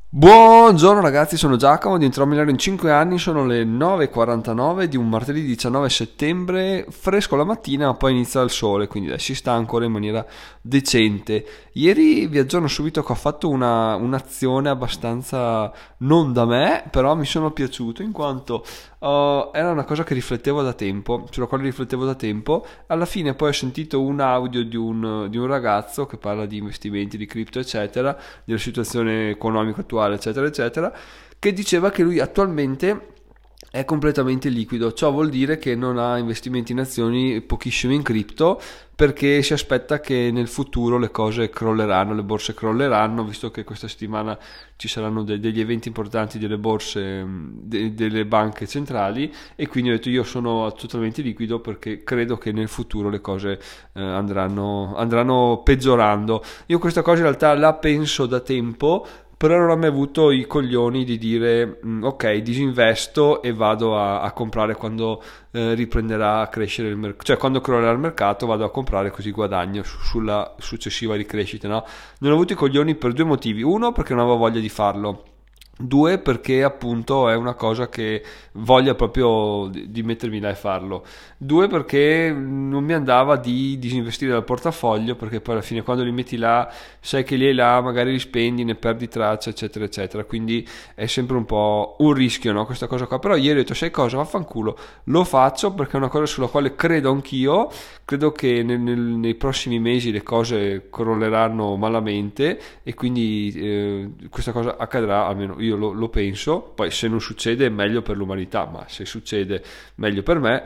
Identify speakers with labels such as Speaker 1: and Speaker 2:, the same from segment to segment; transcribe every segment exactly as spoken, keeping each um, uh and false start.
Speaker 1: Buongiorno ragazzi, sono Giacomo, diventerò milionario in cinque anni, sono le nove e quarantanove di un martedì diciannove settembre, fresco la mattina ma poi inizia il sole, quindi dai, si sta ancora in maniera decente. Ieri vi aggiorno subito che ho fatto una, un'azione abbastanza non da me, però mi sono piaciuto in quanto uh, era una cosa che riflettevo da tempo, sulla quale riflettevo da tempo. Alla fine poi ho sentito un audio di un, di un ragazzo che parla di investimenti, di cripto eccetera, della situazione economica attuale eccetera eccetera, che diceva che lui attualmente è completamente liquido. Ciò vuol dire che non ha investimenti in azioni, pochissimo in cripto, perché si aspetta che nel futuro le cose crolleranno, le borse crolleranno, visto che questa settimana ci saranno de- degli eventi importanti delle borse, de- delle banche centrali, e quindi ho detto io sono totalmente liquido perché credo che nel futuro le cose eh, andranno, andranno peggiorando. Io questa cosa in realtà la penso da tempo, però non ho mai avuto i coglioni di dire "Mm, ok, disinvesto e vado a, a comprare quando eh, riprenderà a crescere il mercato, cioè quando crollerà il mercato vado a comprare così guadagno su- sulla successiva ricrescita, no? Non ho avuto i coglioni per due motivi: uno, perché non avevo voglia di farlo; due, perché appunto è una cosa che voglia proprio di di mettermi là e farlo; due, perché non mi andava di disinvestire dal portafoglio, perché poi alla fine quando li metti là sai che li hai là, magari li spendi, ne perdi traccia eccetera eccetera, quindi è sempre un po' un rischio, no, questa cosa qua. Però ieri ho detto sai cosa, vaffanculo, lo faccio perché è una cosa sulla quale credo anch'io, credo che nel- nel- nei prossimi mesi le cose crolleranno malamente e quindi eh, questa cosa accadrà, almeno io lo, lo penso. Poi se non succede è meglio per l'umanità, ma se succede meglio per me.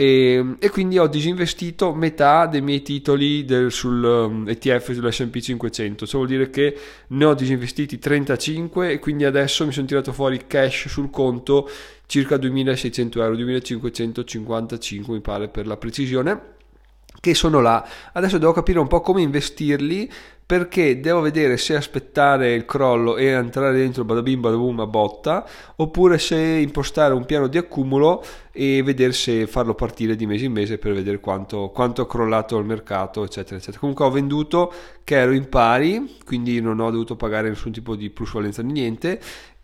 Speaker 1: E, e quindi ho disinvestito metà dei miei titoli del, sul um, E T F sull'S and P cinquecento, cioè vuol dire che ne ho disinvestiti trentacinque e quindi adesso mi sono tirato fuori cash sul conto circa duemilaseicento euro, duemilacinquecentocinquantacinque mi pare per la precisione, che sono là. Adesso devo capire un po' come investirli, perché devo vedere se aspettare il crollo e entrare dentro bada bim bada boom a botta, oppure se impostare un piano di accumulo e vedere se farlo partire di mese in mese per vedere quanto, quanto è crollato il mercato eccetera eccetera. Comunque ho venduto che ero in pari, quindi non ho dovuto pagare nessun tipo di plusvalenza di niente.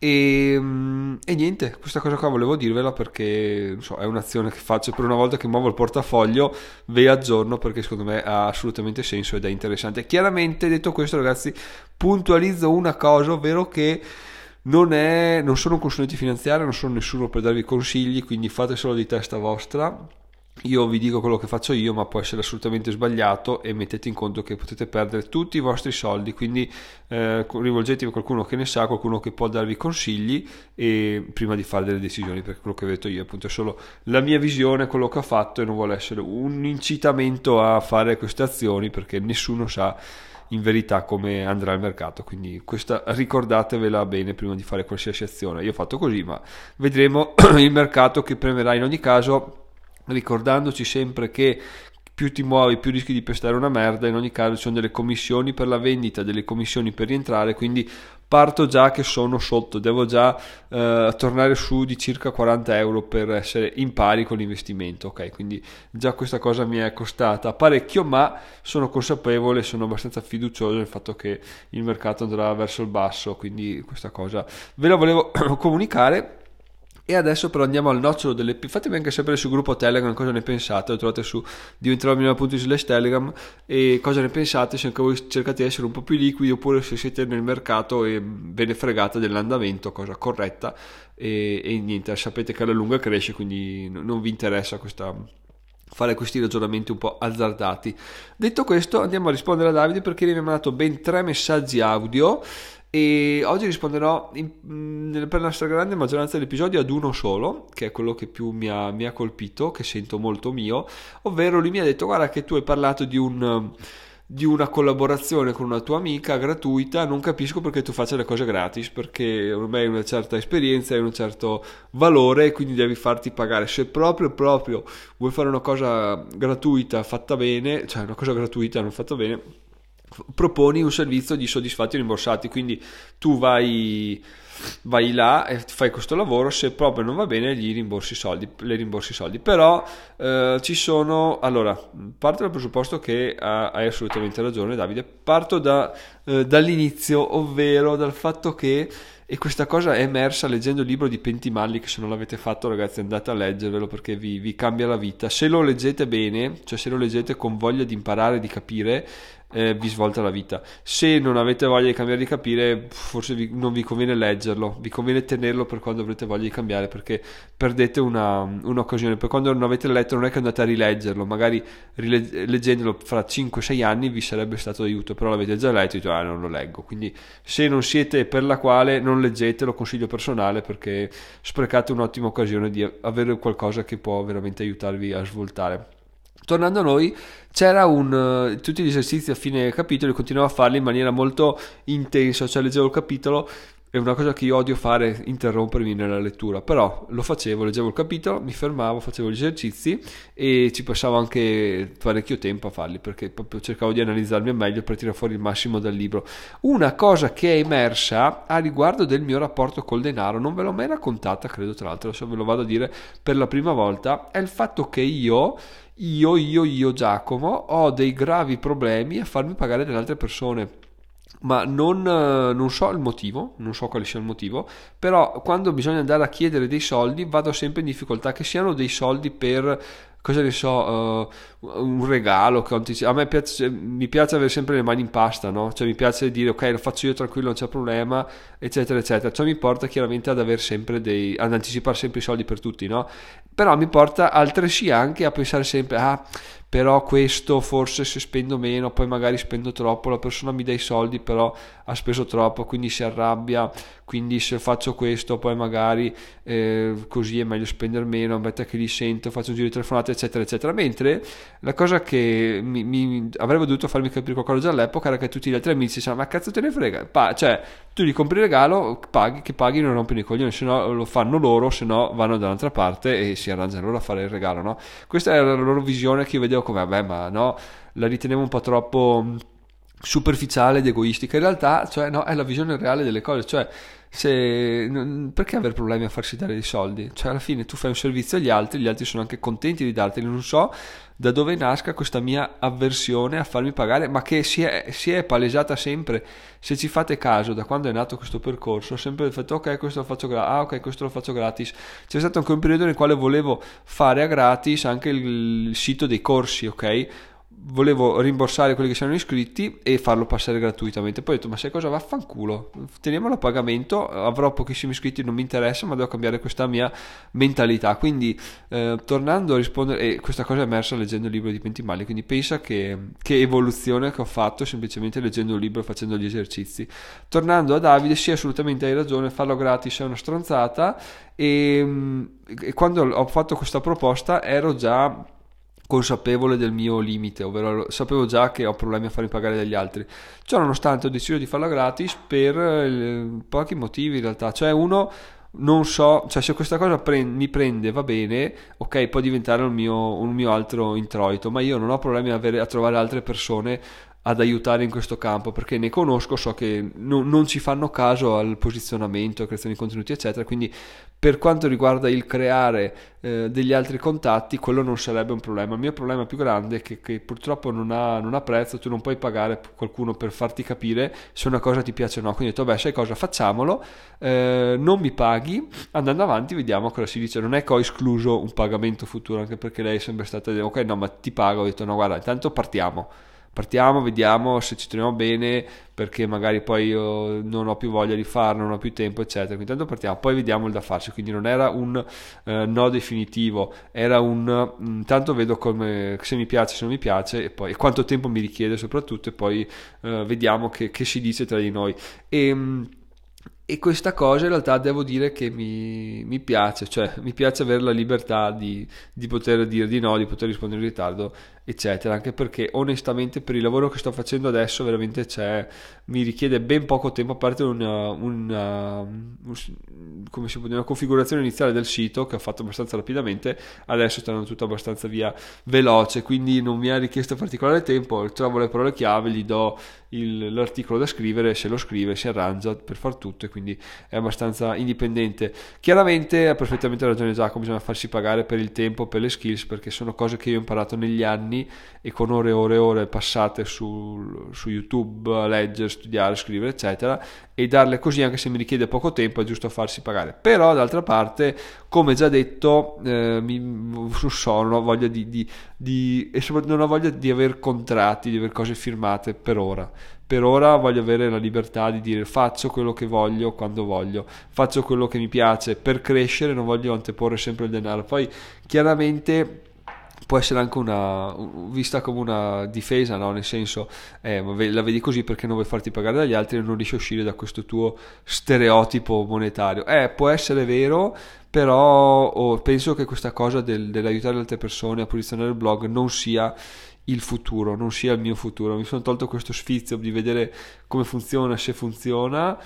Speaker 1: E, mm, e niente, questa cosa qua volevo dirvela perché non so, è un'azione che faccio per una volta che muovo il portafoglio, ve la aggiorno perché secondo me ha assolutamente senso ed è interessante. Chiaramente, detto questo ragazzi, puntualizzo una cosa, ovvero che non, è, non sono un consulente finanziario, non sono nessuno per darvi consigli, quindi fate solo di testa vostra. Io vi dico quello che faccio io, ma può essere assolutamente sbagliato e mettete in conto che potete perdere tutti i vostri soldi, quindi eh, rivolgetevi a qualcuno che ne sa, qualcuno che può darvi consigli e prima di fare delle decisioni, perché quello che ho detto io appunto è solo la mia visione, quello che ho fatto, e non vuole essere un incitamento a fare queste azioni perché nessuno sa in verità come andrà il mercato, quindi questa ricordatevela bene prima di fare qualsiasi azione. Io ho fatto così, ma vedremo il mercato che premerà in ogni caso, ricordandoci sempre che più ti muovi più rischi di pestare una merda. In ogni caso ci sono delle commissioni per la vendita, delle commissioni per rientrare, quindi parto già che sono sotto, devo già eh, tornare su di circa quaranta euro per essere in pari con l'investimento, ok? Quindi già questa cosa mi è costata parecchio, ma sono consapevole, sono abbastanza fiducioso nel fatto che il mercato andrà verso il basso, quindi questa cosa ve la volevo comunicare. E adesso però andiamo al nocciolo delle... Fatemi anche sapere sul gruppo Telegram cosa ne pensate, lo trovate su diventerò milionario punto it slash telegram, e cosa ne pensate, se anche voi cercate di essere un po' più liquidi oppure se siete nel mercato e ve ne fregate dell'andamento, cosa corretta, e, e niente, sapete che alla lunga cresce, quindi non vi interessa questa... fare questi ragionamenti un po' azzardati. Detto questo, andiamo a rispondere a Davide perché mi ha mandato ben tre messaggi audio e oggi risponderò in, per la stragrande maggioranza degli episodi ad uno solo, che è quello che più mi ha, mi ha colpito, che sento molto mio, ovvero lui mi ha detto: guarda che tu hai parlato di un... di una collaborazione con una tua amica gratuita, non capisco perché tu faccia le cose gratis, perché ormai hai una certa esperienza, hai un certo valore, quindi devi farti pagare. Se proprio proprio vuoi fare una cosa gratuita fatta bene, cioè una cosa gratuita non fatta bene, proponi un servizio di soddisfatti e rimborsati, quindi tu vai vai là e fai questo lavoro, se proprio non va bene gli rimborsi i soldi, le rimborsi i soldi. Però eh, ci sono, allora, parto dal presupposto che ha, hai assolutamente ragione Davide, parto da eh, dall'inizio, ovvero dal fatto che, e questa cosa è emersa leggendo il libro di Pentimalli, che se non l'avete fatto ragazzi andate a leggervelo perché vi, vi cambia la vita, se lo leggete bene, cioè se lo leggete con voglia di imparare, di capire, eh, vi svolta la vita. Se non avete voglia di cambiare, di capire, forse vi, non vi conviene leggerlo, vi conviene tenerlo per quando avrete voglia di cambiare, perché perdete una, un'occasione. Per quando non avete letto non è che andate a rileggerlo, magari rile- leggendolo fra cinque sei anni vi sarebbe stato d'aiuto, però l'avete già letto e dite, ah, non lo leggo. Quindi se non siete per la quale, non leggetelo, consiglio personale, perché sprecate un'ottima occasione di avere qualcosa che può veramente aiutarvi a svoltare. Tornando a noi, c'era un uh, tutti gli esercizi a fine capitolo, continuavo a farli in maniera molto intensa, cioè leggevo il capitolo. È una cosa che io odio fare, interrompermi nella lettura, però lo facevo, leggevo il capitolo, mi fermavo, facevo gli esercizi e ci passavo anche parecchio tempo a farli, perché proprio cercavo di analizzarmi meglio per tirare fuori il massimo dal libro. Una cosa che è emersa a riguardo del mio rapporto col denaro, non ve l'ho mai raccontata, credo, tra l'altro, adesso ve lo vado a dire per la prima volta, è il fatto che io io, io, io Giacomo ho dei gravi problemi a farmi pagare dalle altre persone. Ma non, non so il motivo, non so quale sia il motivo, però quando bisogna andare a chiedere dei soldi vado sempre in difficoltà, che siano dei soldi per, cosa ne so, uh, un regalo che ho anticipato. A me piace, mi piace avere sempre le mani in pasta, no? Cioè mi piace dire ok, lo faccio io tranquillo, non c'è problema, eccetera eccetera. Ciò mi porta chiaramente ad avere sempre dei, ad anticipare sempre i soldi per tutti, no? Però mi porta altresì anche a pensare sempre, ah, però questo forse se spendo meno, poi magari spendo troppo, la persona mi dà i soldi però ha speso troppo, quindi si arrabbia, quindi se faccio questo poi magari eh, così è meglio spendere meno, aspetta che li sento, faccio un giro di telefonate, eccetera eccetera. Mentre la cosa che mi, mi avrebbe dovuto farmi capire qualcosa già all'epoca era che tutti gli altri amici dicevano, ma cazzo te ne frega, pa- cioè tu gli compri il regalo, paghi, che paghi, non rompono i coglioni, se no lo fanno loro, se no vanno dall'altra parte e si arrangiano loro a fare il regalo, no? Questa era la loro visione che io vedevo come, vabbè, ma no, la ritenevo un po' troppo superficiale ed egoistica. In realtà, cioè, no, è la visione reale delle cose, cioè se, non, perché avere problemi a farsi dare dei soldi? Cioè alla fine tu fai un servizio agli altri, gli altri sono anche contenti di darteli. Non so da dove nasca questa mia avversione a farmi pagare, ma che si è, si è palesata sempre. Se ci fate caso, da quando è nato questo percorso ho sempre detto ok, questo lo faccio gratis, ah ok, questo lo faccio gratis. C'è stato anche un periodo nel quale volevo fare a gratis anche il, il sito dei corsi, ok? Volevo rimborsare quelli che si erano iscritti e farlo passare gratuitamente. Poi ho detto, ma sai cosa, vaffanculo, teniamolo a pagamento, avrò pochissimi iscritti, non mi interessa, ma devo cambiare questa mia mentalità. Quindi eh, tornando a rispondere, e questa cosa è emersa leggendo il libro di Pentimalli, quindi pensa che, che evoluzione che ho fatto semplicemente leggendo un libro e facendo gli esercizi. Tornando a Davide, sì, assolutamente hai ragione, farlo gratis è una stronzata, e, e quando ho fatto questa proposta ero già consapevole del mio limite, ovvero sapevo già che ho problemi a farmi pagare dagli altri. Ciò nonostante ho deciso di farla gratis per eh, pochi motivi in realtà. Cioè uno, non so, cioè se questa cosa pre- mi prende va bene, ok, può diventare un mio, un mio altro introito, ma io non ho problemi a, avere, a trovare altre persone ad aiutare in questo campo, perché ne conosco, so che no, non ci fanno caso al posizionamento, alla creazione di contenuti eccetera. Quindi per quanto riguarda il creare eh, degli altri contatti, quello non sarebbe un problema. Il mio problema più grande è che, che purtroppo non ha, non ha prezzo, tu non puoi pagare qualcuno per farti capire se una cosa ti piace o no. Quindi ho detto, beh, sai cosa, facciamolo, eh, non mi paghi, andando avanti vediamo cosa si dice. Non è che ho escluso un pagamento futuro, anche perché lei è sempre stata di ok, no, ma ti pago. Ho detto no, guarda, intanto partiamo partiamo, vediamo se ci troviamo bene, perché magari poi io non ho più voglia di farlo, non ho più tempo eccetera. Quindi intanto partiamo, poi vediamo il da farsi. Quindi non era un eh, no definitivo, era un intanto vedo come, se mi piace, se non mi piace, e poi e quanto tempo mi richiede soprattutto, e poi eh, vediamo che, che si dice tra di noi. E E questa cosa in realtà devo dire che mi, mi piace, cioè mi piace avere la libertà di, di poter dire di no, di poter rispondere in ritardo, eccetera, anche perché onestamente per il lavoro che sto facendo adesso veramente c'è, mi richiede ben poco tempo, a parte una, una, un, come si può dire, una configurazione iniziale del sito che ho fatto abbastanza rapidamente. Adesso sta andando tutto abbastanza via veloce, quindi non mi ha richiesto particolare tempo, trovo le parole chiave, gli do il, l'articolo da scrivere, se lo scrive si arrangia per far tutto, e quindi è abbastanza indipendente. Chiaramente ha perfettamente ragione Giacomo, bisogna farsi pagare per il tempo, per le skills, perché sono cose che io ho imparato negli anni anni e con ore e ore e ore passate su, su YouTube a leggere, studiare, scrivere eccetera, e darle così anche se mi richiede poco tempo è giusto farsi pagare. Però d'altra parte, come già detto, eh, mi, non so, non ho voglia di, di, di e soprattutto non ho voglia di avere contratti, di avere cose firmate per ora. Per ora voglio avere la libertà di dire faccio quello che voglio quando voglio, faccio quello che mi piace per crescere, non voglio anteporre sempre il denaro. Poi chiaramente può essere anche una vista come una difesa, no? Nel senso, eh, la vedi così perché non vuoi farti pagare dagli altri e non riesci a uscire da questo tuo stereotipo monetario. Eh, può essere vero, però oh, penso che questa cosa del, dell'aiutare le altre persone a posizionare il blog non sia il futuro, non sia il mio futuro. Mi sono tolto questo sfizio di vedere come funziona, se funziona,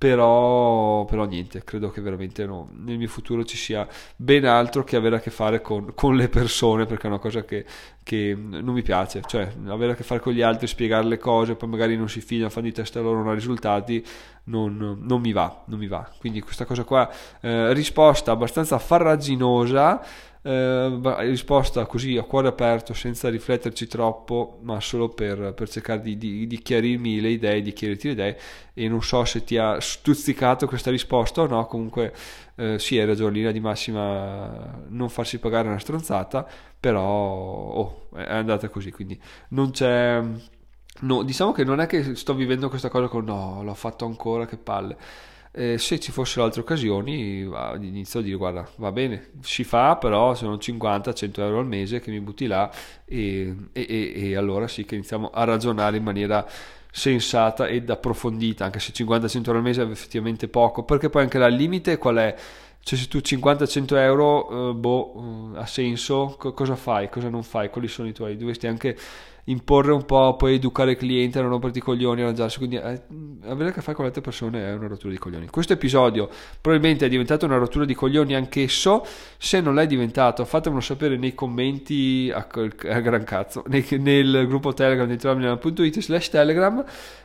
Speaker 1: però, però niente, credo che veramente no, nel mio futuro ci sia ben altro che avere a che fare con, con le persone, perché è una cosa che, che non mi piace, cioè avere a che fare con gli altri, spiegare le cose, poi magari non si fidano, fanno di testa loro, non ha risultati, non, non mi va, non mi va. Quindi questa cosa qua, eh, risposta abbastanza farraginosa, eh, risposta così a cuore aperto, senza rifletterci troppo, ma solo per, per cercare di, di, di chiarirmi le idee, di chiarirti le idee. E non so se ti ha stuzzicato questa risposta o no. Comunque eh, sì, hai ragione, linea di massima non farsi pagare una stronzata, però oh, è andata così, quindi non c'è, no, diciamo che non è che sto vivendo questa cosa con no, l'ho fatto ancora, che palle. Eh, se ci fossero altre occasioni inizio a dire guarda, va bene, si fa, però sono cinquanta cento euro al mese che mi butti là, e, e, e, e allora sì che iniziamo a ragionare in maniera sensata ed approfondita, anche se cinquanta cento euro al mese è effettivamente poco, perché poi anche là il limite qual è? Cioè se tu cinquanta cento euro, eh, boh, ha senso? Co- cosa fai? Cosa non fai? Quali sono i tuoi? Dovresti anche imporre un po', poi educare il cliente a non romperti i coglioni, arrangiarsi, quindi eh, avere a che fare con le altre persone è una rottura di coglioni. Questo episodio probabilmente è diventato una rottura di coglioni anch'esso. Se non l'hai diventato, fatemelo sapere nei commenti a, a gran cazzo nel, nel gruppo Telegram di terminal punto it slash telegram.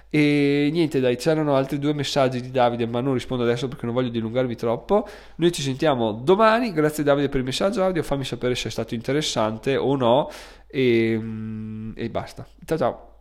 Speaker 1: E niente, dai, c'erano altri due messaggi di Davide, ma non rispondo adesso perché non voglio dilungarvi troppo. Noi ci sentiamo domani. Grazie Davide per il messaggio audio, fammi sapere se è stato interessante o no, e, e basta. Ciao ciao.